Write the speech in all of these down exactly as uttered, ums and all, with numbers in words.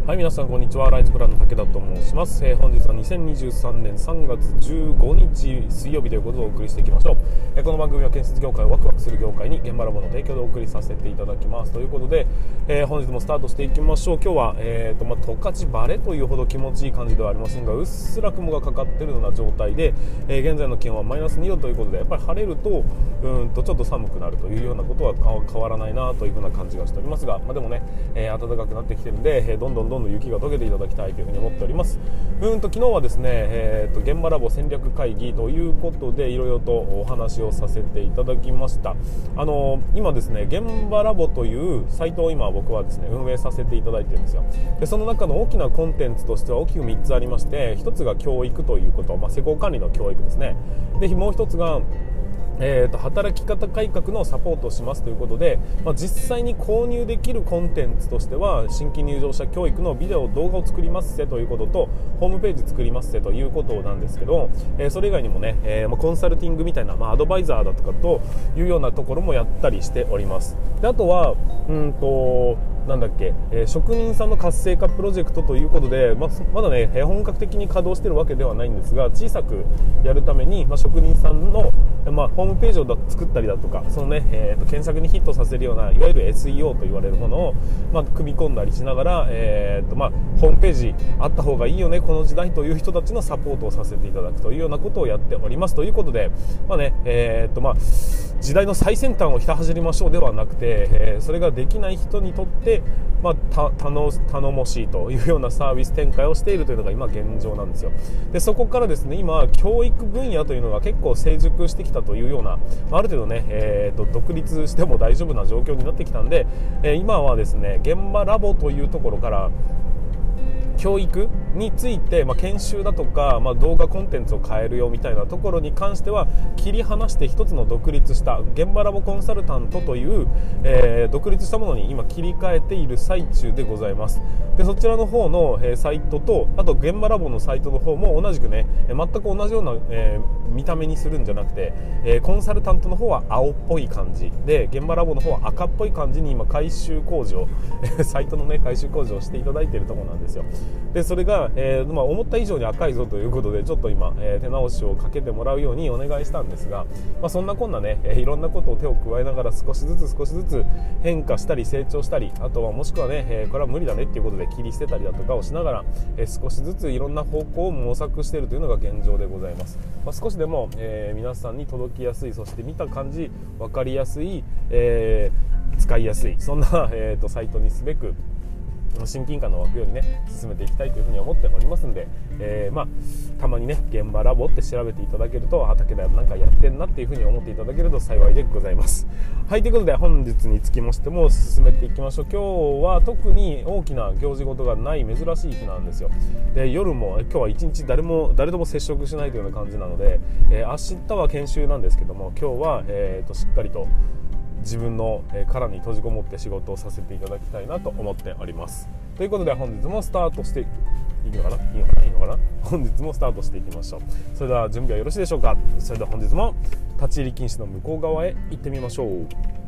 はい、皆さんこんにちは。ライズプランの武田と申します。えー、本日はにせんにじゅうさんねんさんがつじゅうごにち水曜日ということでお送りしていきましょう。えー、この番組は建設業界をワクワクする業界に現場ラボの提供でお送りさせていただきますということで、えー、本日もスタートしていきましょう。今日は、えーとまあ、十勝晴れというほど気持ちいい感じではありませんが、うっすら雲がかかっているような状態で、えー、現在の気温はマイナスにどということで、やっぱり晴れるとうーんとちょっと寒くなるというようなことは変わらないなというふうな感じがしておりますが、まあ、でもね、えー、暖かくなってきてるんで、えー、どんどんどんどん雪が溶けていただきたいというふうに思っております。うんと昨日はですね、えー、と現場ラボ戦略会議ということでいろいろとお話をさせていただきました。あの今ですね、現場ラボというサイトを今僕はですね運営させていただいているんですよ。でその中の大きなコンテンツとしては大きくみっつありまして、ひとつが教育ということ、まあ、施工管理の教育ですね。でもうひとつがえー、と働き方改革のサポートをしますということで、まあ、実際に購入できるコンテンツとしては新規入場者教育のビデオ動画を作りますせということと、ホームページ作りますせということなんですけど、えー、それ以外にもね、えーまあ、コンサルティングみたいな、まあ、アドバイザーだとかというようなところもやったりしております。であとはうんとなんだっけ、えー、職人さんの活性化プロジェクトということで、まあ、まだね本格的に稼働しているわけではないんですが、小さくやるために、まあ、職人さんの、まあ、ホームページを作ったりだとか、そのね、えー、と検索にヒットさせるようないわゆる エスイーオー と言われるものを、まあ、組み込んだりしながら、えーとまあ、ホームページあった方がいいよねこの時代という人たちのサポートをさせていただくというようなことをやっておりますということで、まあねえーとまあ、時代の最先端をひた走りましょうではなくて、えー、それができない人にとってまあ、た頼頼もしいというようなサービス展開をしているというのが今現状なんですよ。でそこからですね、今教育分野というのが結構成熟してきたというような、ある程度ね、えー、と独立しても大丈夫な状況になってきたんで、えー、今はですね現場ラボというところから教育について、まあ、研修だとか、まあ、動画コンテンツを変えるよみたいなところに関しては切り離して一つの独立した現場ラボコンサルタントという、えー、独立したものに今切り替えている最中でございます。でそちらの方の、えー、サイトと、あと現場ラボのサイトの方も同じくね全く同じような、えー、見た目にするんじゃなくて、えー、コンサルタントの方は青っぽい感じで、現場ラボの方は赤っぽい感じに今改修工事をサイトのね改修工事をしていただいているところなんですよ。でそれが、えーまあ、思った以上に赤いぞということでちょっと今、えー、手直しをかけてもらうようにお願いしたんですが、まあ、そんなこんなね、えー、いろんなことを手を加えながら少しずつ少しずつ変化したり成長したり、あとはもしくはね、えー、これは無理だねっていうことで切り捨てたりだとかをしながら、えー、少しずついろんな方向を模索しているというのが現状でございます。まあ、少しでも、えー、皆さんに届きやすい、そして見た感じ分かりやすい、えー、使いやすいそんな、えー、とサイトにすべく親近感の湧くようにね進めていきたいというふうに思っておりますんで、えー、まあたまにね現場ラボって調べていただけると、あ、武田なんかやってんなっていうふうに思っていただけると幸いでございます。はい、ということで本日につきましても進めていきましょう。今日は特に大きな行事事がない珍しい日なんですよ。で夜も今日は一日誰も誰とも接触しないというような感じなので、えー、明日は研修なんですけども、今日は、えー、としっかりと自分の殻に閉じこもって仕事をさせていただきたいなと思っております。ということで本日もスタートしていくのかないいのかないいのかな本日もスタートしていきましょう。それでは準備はよろしいでしょうか。それでは本日も立ち入り禁止の向こう側へ行ってみましょう。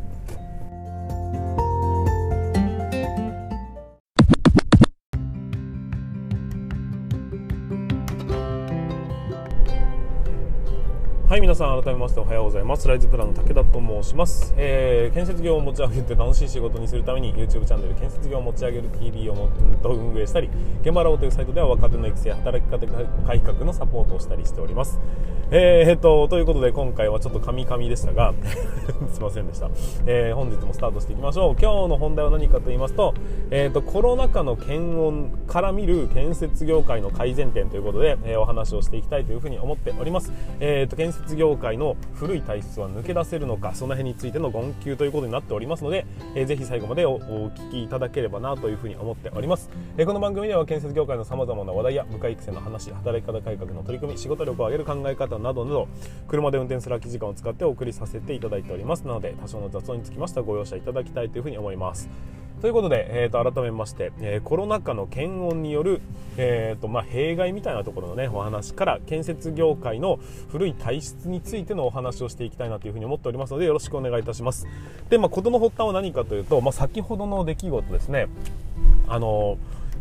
はい、皆さん改めましておはようございます。ライズプランの武田と申します。えー、建設業を持ち上げて楽しい仕事にするために YouTube チャンネル建設業を持ち上げる ティービー をもと運営したり、現場ラボというサイトでは若手の育成、働き方改革のサポートをしたりしております。えー、っとということで今回はちょっとカミカミでしたがすいませんでした。えー、本日もスタートしていきましょう。今日の本題は何かと言いますと、えー、っとコロナ禍の検温から見る建設業界の改善点ということで、えー、お話をしていきたいというふうに思っております。えー、っと建設業界の古い体質は抜け出せるのか、その辺についての言及ということになっておりますので、えー、ぜひ最後まで お, お聞きいただければなというふうに思っております。えー、この番組では建設業界の様々な話題や部下育成の話、働き方改革の取り組み、仕事力を上げる考え方などなど、車で運転する空き時間を使ってお送りさせていただいておりますので、多少の雑音につきましてはご容赦いただきたいというふうに思います。ということで、えー、と改めまして、えー、コロナ禍の検温による、えーとまあ、弊害みたいなところの、ね、お話から建設業界の古い体質についてのお話をしていきたいなというふうに思っておりますので、よろしくお願いいたします。で、まあ、事の発端は何かというと、まあ、先ほどの出来事ですね。あの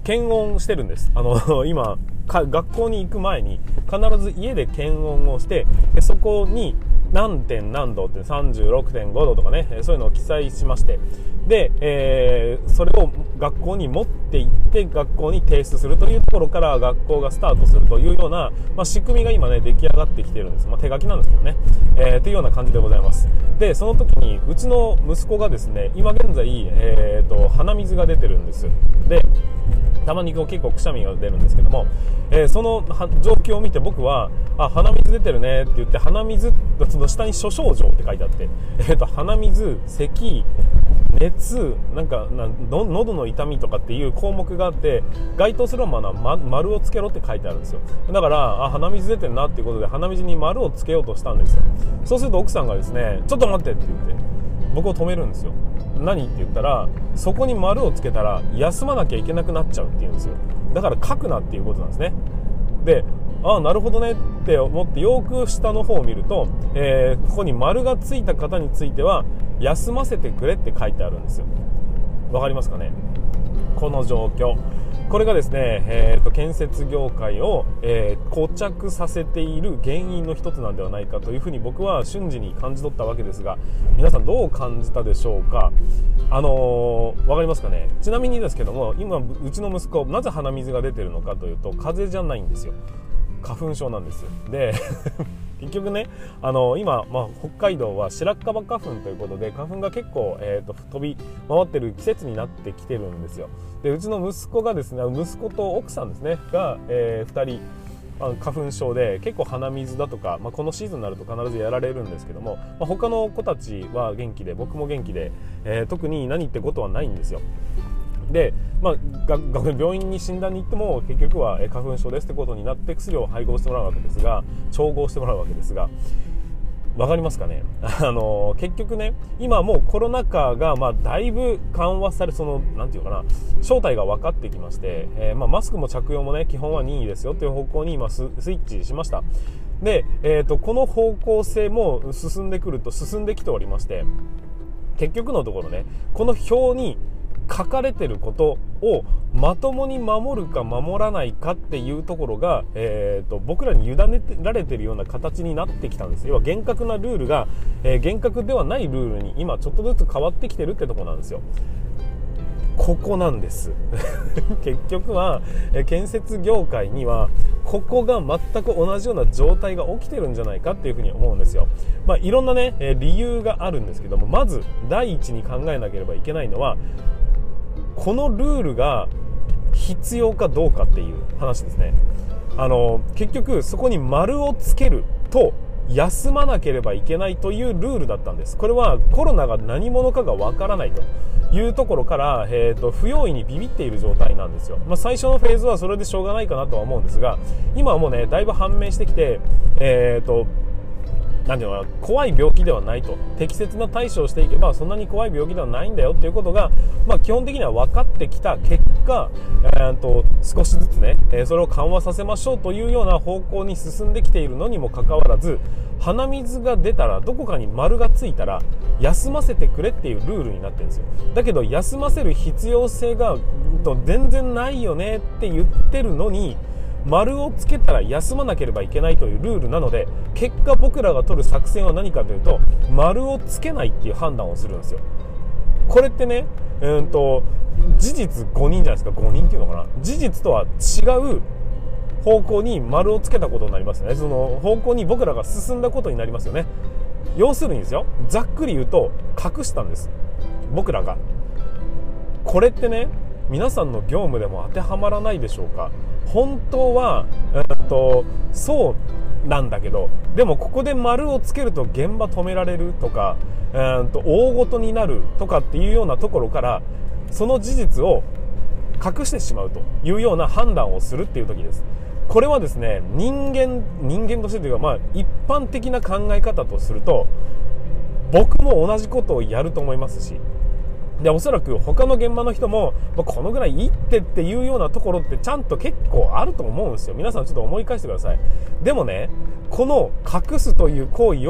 検温してるんです。あの今学校に行く前に必ず家で検温をして、そこに何点何度って さんじゅうろくてんご 度とかね、そういうのを記載しまして、で、えー、それを学校に持って行って学校に提出するというところから学校がスタートするというような、まあ、仕組みが今ね出来上がってきているんです。まあ、手書きなんですけどね、えー、というような感じでございます。でその時にうちの息子がですね、今現在、えー、と鼻水が出てるんです。でたまにこう結構くしゃみが出るんですけども、えー、その状況を見て僕はあ鼻水出てるねって言って、鼻水その下に諸症状って書いてあって、えー、と鼻水、咳、熱、なんかなの喉の痛みとかっていう項目があって、該当するものは、ま、丸をつけろって書いてあるんですよ。だからあ鼻水出てるなっていうことで鼻水に丸をつけようとしたんですよ。そうすると奥さんがですね、ちょっと待ってって言って僕を止めるんですよ。何って言ったら、そこに丸をつけたら休まなきゃいけなくなっちゃうって言うんですよ。だから書くなっていうことなんですね。で、ああなるほどねって思ってよく下の方を見ると、えー、ここに丸がついた方については休ませてくれって書いてあるんですよ。わかりますかね、この状況。これがですね、えー、と建設業界を、えー、膠着させている原因の一つなんではないかというふうに僕は瞬時に感じ取ったわけですが、皆さんどう感じたでしょうか。あのー、わかりますかね。ちなみにですけども、今うちの息子なぜ鼻水が出てるのかというと、風邪じゃないんですよ。花粉症なんです。で結局ね、あの今、まあ、北海道は白樺花粉ということで花粉が結構、えー、と飛び回ってる季節になってきてるんですよ。でうちの息子がですね、息子と奥さんですねが、えー、ふたり花粉症で結構鼻水だとか、まあ、このシーズンになると必ずやられるんですけども、まあ、他の子たちは元気で僕も元気で、えー、特に何ってことはないんですよ。で、まあ、病院に診断に行っても結局は花粉症ですってことになって薬を配合してもらうわけですが、調合してもらうわけですが、わかりますかね。あの結局ね、今もうコロナ禍がまあだいぶ緩和され、そのなんていうかな、正体が分かってきまして、えー、まあマスクも着用もね基本は任意ですよという方向に今スイッチしました。で、えーと、この方向性も進んでくると進んできておりまして、結局のところね、この表に書かれてることをまともに守るか守らないかっていうところが、えー、と僕らに委ねられてるような形になってきたんです。要は厳格なルールが、えー、厳格ではないルールに今ちょっとずつ変わってきてるってところなんですよ。ここなんです結局は建設業界にはここが全く同じような状態が起きてるんじゃないかっていうふうに思うんですよ。まあいろんなね理由があるんですけども、まず第一に考えなければいけないのは、このルールが必要かどうかっていう話ですね。あの結局そこに丸をつけると休まなければいけないというルールだったんです。これはコロナが何者かがわからないというところから、えーと、不用意にビビっている状態なんですよ。まあ、最初のフェーズはそれでしょうがないかなとは思うんですが、今はもうねだいぶ判明してきて、えーとなんていうのかな、怖い病気ではないと、適切な対処をしていけばそんなに怖い病気ではないんだよっていうことが、まあ、基本的には分かってきた結果、えー、と少しずつね、えー、それを緩和させましょうというような方向に進んできているのにもかかわらず、鼻水が出たらどこかに丸がついたら休ませてくれっていうルールになってるんですよ。だけど休ませる必要性が全然ないよねって言ってるのに、丸をつけたら休まなければいけないというルールなので、結果僕らが取る作戦は何かというと、丸をつけないっていう判断をするんですよ。これってね、うんと事実ごにんじゃないですか。ごにんっていうのかな、事実とは違う方向に丸をつけたことになりますね。その方向に僕らが進んだことになりますよね。要するにですよ、ざっくり言うと隠したんです、僕らが。これってね、皆さんの業務でも当てはまらないでしょうか。本当は、えー、とそうなんだけど、でもここで丸をつけると現場止められるとか、えー、と大ごとになるとかっていうようなところから、その事実を隠してしまうというような判断をするっていう時です。これはですね、人間人間としてというか、まあ、一般的な考え方とすると僕も同じことをやると思いますし、でおそらく他の現場の人も、まあ、このぐらいいいってっていうようなところってちゃんと結構あると思うんですよ。皆さんちょっと思い返してください。でもね、この隠すという行為を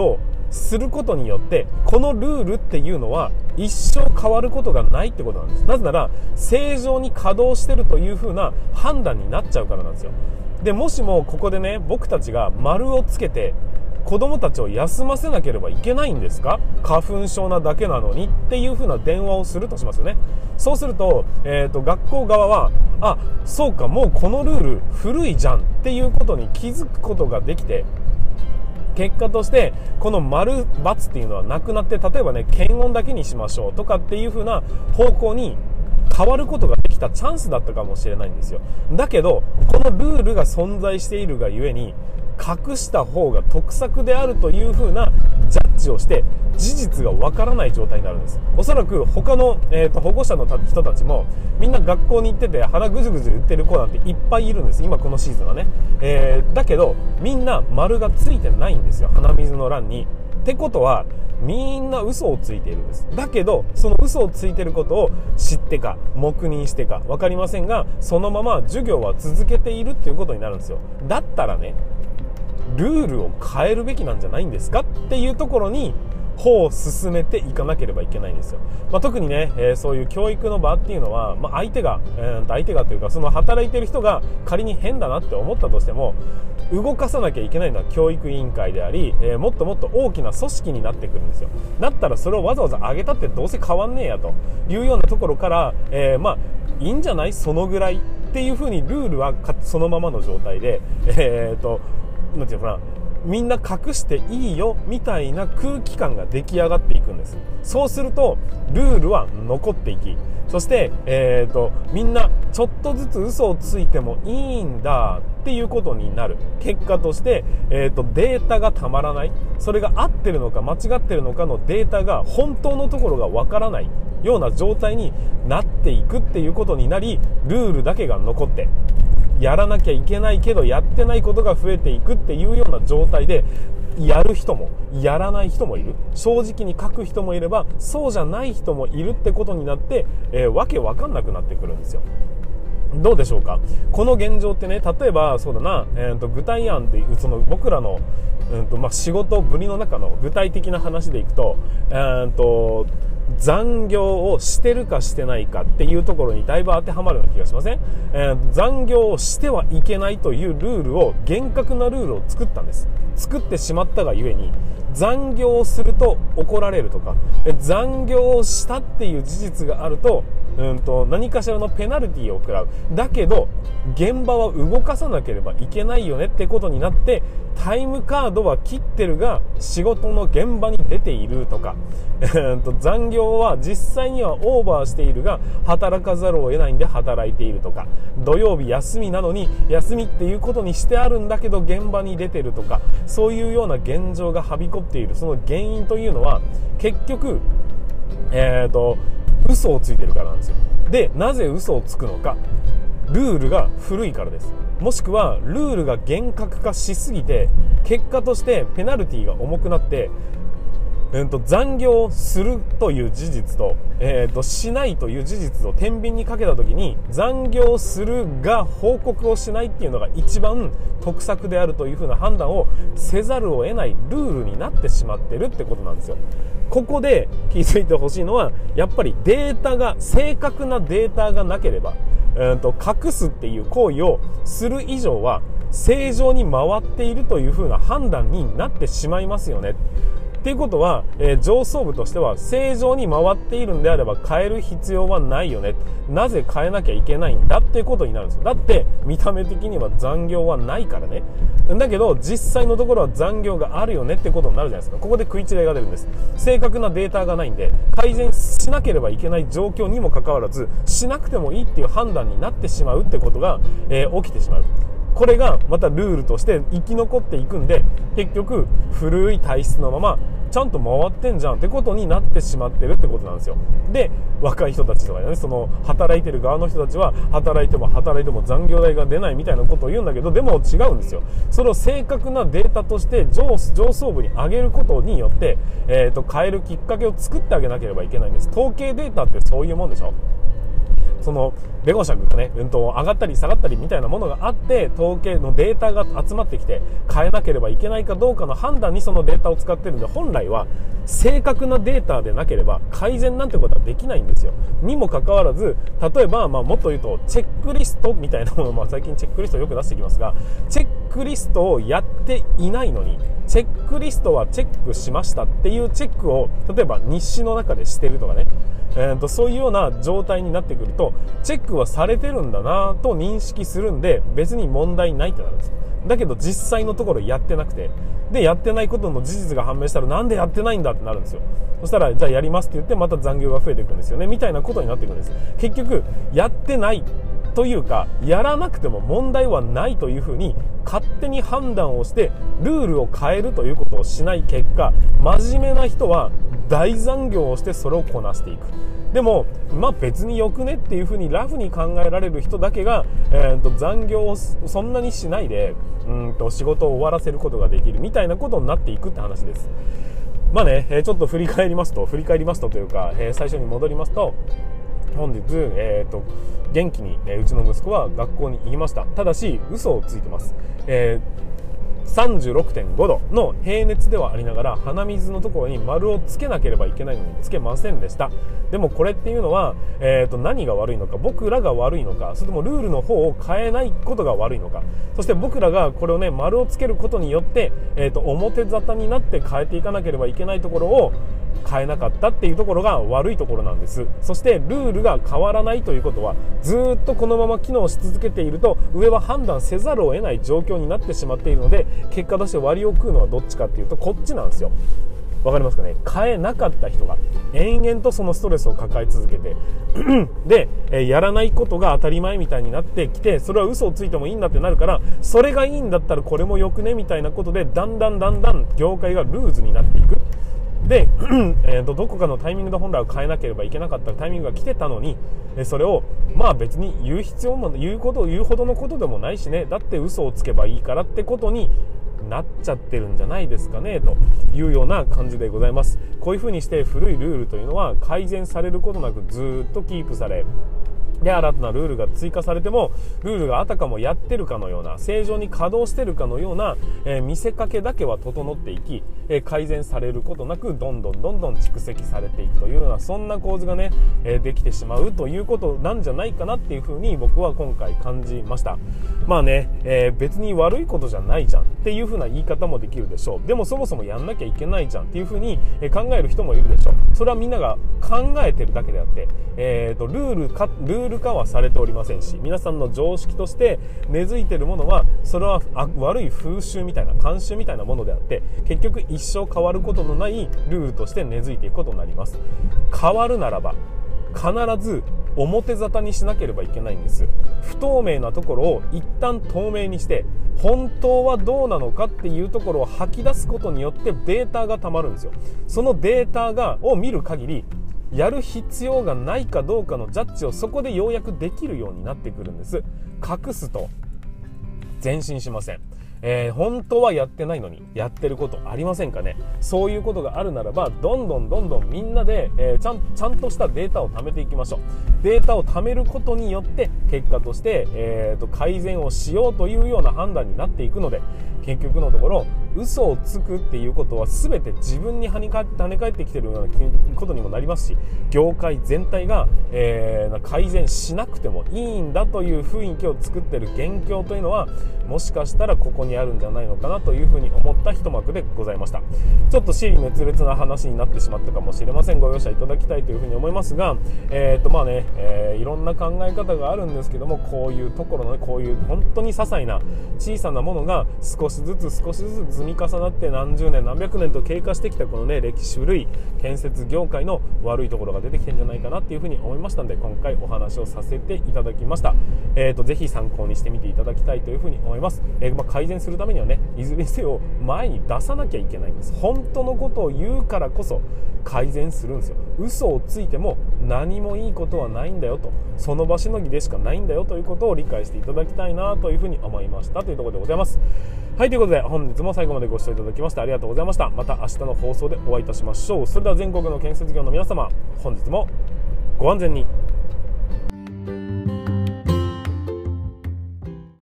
することによってこのルールっていうのは一生変わることがないってことなんです。なぜなら正常に稼働してるという風な判断になっちゃうからなんですよ。でもしもここでね、僕たちが丸をつけて子供たちを休ませなければいけないんですか、花粉症なだけなのにっていう風な電話をするとしますよね。そうすると、えーと、学校側はあ、そうか、もうこのルール古いじゃんっていうことに気づくことができて、結果としてこの丸×っていうのはなくなって、例えばね、検温だけにしましょうとかっていう風な方向に変わることができたチャンスだったかもしれないんですよ。だけどこのルールが存在しているがゆえに隠した方が得策であるという風なジャッジをして事実がわからない状態になるんです。おそらく他の、えーと、保護者の人たちもみんな学校に行ってて鼻ぐずぐず言ってる子なんていっぱいいるんです、今このシーズンはね、えー、だけどみんな丸がついてないんですよ、鼻水の欄に。ってことはみんな嘘をついているんです。だけどその嘘をついていることを知ってか黙認してか分かりませんが、そのまま授業は続けているっていうことになるんですよ。だったらね、ルールを変えるべきなんじゃないんですかっていうところに歩を進めていかなければいけないんですよ。まあ、特にね、えー、そういう教育の場っていうのは、まあ、相手が、えー、相手がというかその働いている人が仮に変だなって思ったとしても動かさなきゃいけないのは教育委員会であり、えー、もっともっと大きな組織になってくるんですよ。だったらそれをわざわざ上げたってどうせ変わんねえやというようなところから、えー、まあいいんじゃないそのぐらいっていう風にルールはそのままの状態で、えーとなんていうのかな、みんな隠していいよみたいな空気感が出来上がっていくんです。そうするとルールは残っていき、そして、えーと、みんなちょっとずつ嘘をついてもいいんだっていうことになる。結果として、えーと、データがたまらない、それが合ってるのか間違ってるのかのデータが本当のところがわからないような状態になっていくっていうことになり、ルールだけが残ってやらなきゃいけないけどやってないことが増えていくっていうような状態で、やる人もやらない人もいる、正直に書く人もいればそうじゃない人もいるってことになって、えー、わけわかんなくなってくるんですよ。どうでしょうか。この現状ってね、例えばそうだな、えー、と具体案でいうその僕らの、うんとまあ、仕事ぶりの中の具体的な話でいくと、えー、と残業をしてるかしてないかっていうところにだいぶ当てはまるような気がしません？えー、残業をしてはいけないというルールを、厳格なルールを作ったんです。作ってしまったがゆえに残業をすると怒られるとか、残業をしたっていう事実があると、うんと何かしらのペナルティーを食らう。だけど現場は動かさなければいけないよねってことになって、タイムカードは切ってるが仕事の現場に出ているとか、残業は実際にはオーバーしているが働かざるを得ないんで働いているとか、土曜日休みなのに休みっていうことにしてあるんだけど現場に出てるとか、そういうような現状がはびこっている。その原因というのは結局、えーと嘘をついてるからなんですよ。で、なぜ嘘をつくのか、ルールが古いからです。もしくはルールが厳格化しすぎて結果としてペナルティが重くなって、えー、と残業するという事実と、えー、としないという事実を天秤にかけたときに、残業するが報告をしないっていうのが一番得策であるというふうな判断をせざるを得ないルールになってしまってるってことなんですよ。ここで気づいてほしいのは、やっぱりデータが、正確なデータがなければ、えー、と隠すっていう行為をする以上は正常に回っているというふうな判断になってしまいますよね。っていうことは、えー、上層部としては正常に回っているんであれば変える必要はないよね、なぜ変えなきゃいけないんだっていうことになるんですよ。だって見た目的には残業はないからね。だけど実際のところは残業があるよねってことになるじゃないですか。ここで食い違いが出るんです。正確なデータがないんで改善しなければいけない状況にもかかわらず、しなくてもいいっていう判断になってしまうってことが、えー、起きてしまう。これがまたルールとして生き残っていくんで、結局古い体質のままちゃんと回ってんじゃんってことになってしまってるってことなんですよ。で、若い人たちとかね、その働いてる側の人たちは働いても働いても残業代が出ないみたいなことを言うんだけど、でも違うんですよ。それを正確なデータとして上、上層部に上げることによって、えーと、変えるきっかけを作ってあげなければいけないんです。統計データってそういうもんでしょ。 そのレゴ尺がね、うんと上がったり下がったりみたいなものがあって、統計のデータが集まってきて変えなければいけないかどうかの判断にそのデータを使ってるんで、本来は正確なデータでなければ改善なんてことはできないんですよ。にもかかわらず、例えば、まあ、もっと言うとチェックリストみたいなもの、まあ、最近チェックリストよく出してきますが、チェックリストをやっていないのにチェックリストはチェックしましたっていうチェックを例えば日誌の中でしてるとかね、えー、とそういうような状態になってくると、チェックはされてるんだなと認識するんで別に問題ないってなるんです。だけど実際のところやってなくて、でやってないことの事実が判明したら、なんでやってないんだってなるんですよ。そしたらじゃあやりますって言ってまた残業が増えていくんですよね、みたいなことになっていくんです。結局やってないというか、やらなくても問題はないというふうに勝手に判断をしてルールを変えるということをしない結果、真面目な人は大残業をしてそれをこなしていく。でも、まあ、別によくねっていうふうにラフに考えられる人だけが、えー、と残業をそんなにしないでうんと仕事を終わらせることができるみたいなことになっていくって話です。まあね、えー、ちょっと振り返りますと振り返りますとというか、えー、最初に戻りますと、本日、えー、と元気に、えー、うちの息子は学校に行きました。ただし嘘をついてます。えーさんじゅうろくてんごどの平熱ではありながら、鼻水のところに丸をつけなければいけないのにつけませんでした。でもこれっていうのは、えー、と何が悪いのか、僕らが悪いのか、それともルールの方を変えないことが悪いのか、そして僕らがこれをね丸をつけることによって、えー、と表沙汰になって変えていかなければいけないところを変えなかったっていうところが悪いところなんです。そしてルールが変わらないということは、ずっとこのまま機能し続けていると上は判断せざるを得ない状況になってしまっているので、結果として割を食うのはどっちかっていうとこっちなんですよ。わかりますかね。変えなかった人が延々とそのストレスを抱え続けてで、えー、やらないことが当たり前みたいになってきて、それは嘘をついてもいいんだってなるから、それがいいんだったらこれもよくねみたいなことで、だんだんだんだん業界がルーズになっていく。で、えー、とどこかのタイミングで本来は変えなければいけなかったタイミングが来てたのに、それをまあ別に言う必要も言うことを言うほどのことでもないしね、だって嘘をつけばいいからってことになっちゃってるんじゃないですかねというような感じでございます。こういう風にして古いルールというのは改善されることなくずっとキープされ、で新たなルールが追加されてもルールがあたかもやってるかのような、正常に稼働してるかのような、えー、見せかけだけは整っていき、えー、改善されることなくどんどんどんどん蓄積されていくというような、そんな構図がね、えー、できてしまうということなんじゃないかなっていうふうに僕は今回感じました。まあね、えー、別に悪いことじゃないじゃんっていうふうな言い方もできるでしょう。でもそもそもやんなきゃいけないじゃんっていうふうに考える人もいるでしょう。それはみんなが考えてるだけであって、えーと、ルールかルール化はされておりませんし、皆さんの常識として根付いているものは、それは悪い風習みたいな慣習みたいなものであって、結局一生変わることのないルールとして根付いていくことになります。変わるならば必ず表沙汰にしなければいけないんです。不透明なところを一旦透明にして、本当はどうなのかっていうところを吐き出すことによってデータがたまるんですよ。そのデータがを見る限り、やる必要がないかどうかのジャッジをそこでようやくできるようになってくるんです。隠すと前進しません。えー、本当はやってないのにやってることありませんかね。そういうことがあるならば、どんどんどんどんみんなで、えー、ちゃん、ちゃんとしたデータを貯めていきましょう。データを貯めることによって結果として、えー、と改善をしようというような判断になっていくので、結局のところ嘘をつくっていうことは全て自分に跳ね返ってきているようなことにもなりますし、業界全体が、えー、改善しなくてもいいんだという雰囲気を作っている元凶というのは、もしかしたらここにあるんじゃないのかなというふうに思った一幕でございました。ちょっと支離滅裂な話になってしまったかもしれません。ご容赦いただきたいというふうに思いますが、えーとまあね、えー、いろんな考え方があるんですけども、こういうところのね、こういう本当に些細な小さなものが少しずつ少しずつ積み重なって何十年何百年と経過してきたこのね、歴史古い建設業界の悪いところが出てきてるんじゃないかなっていうふうに思いましたので、今回お話をさせていただきました。えーとぜひ参考にしてみていただきたいというふうに思います。えーまあ、改善するためにはね、いずれにせよ前に出さなきゃいけないんです。本当のことを言うからこそ改善するんですよ。嘘をついても何もいいことはないんだよと、その場しのぎでしかないんだよということを理解していただきたいなというふうに思いましたというところでございます。はい、ということで本日も最後までご視聴いただきましてありがとうございました。また明日の放送でお会いいたしましょう。それでは全国の建設業の皆様、本日もご安全に。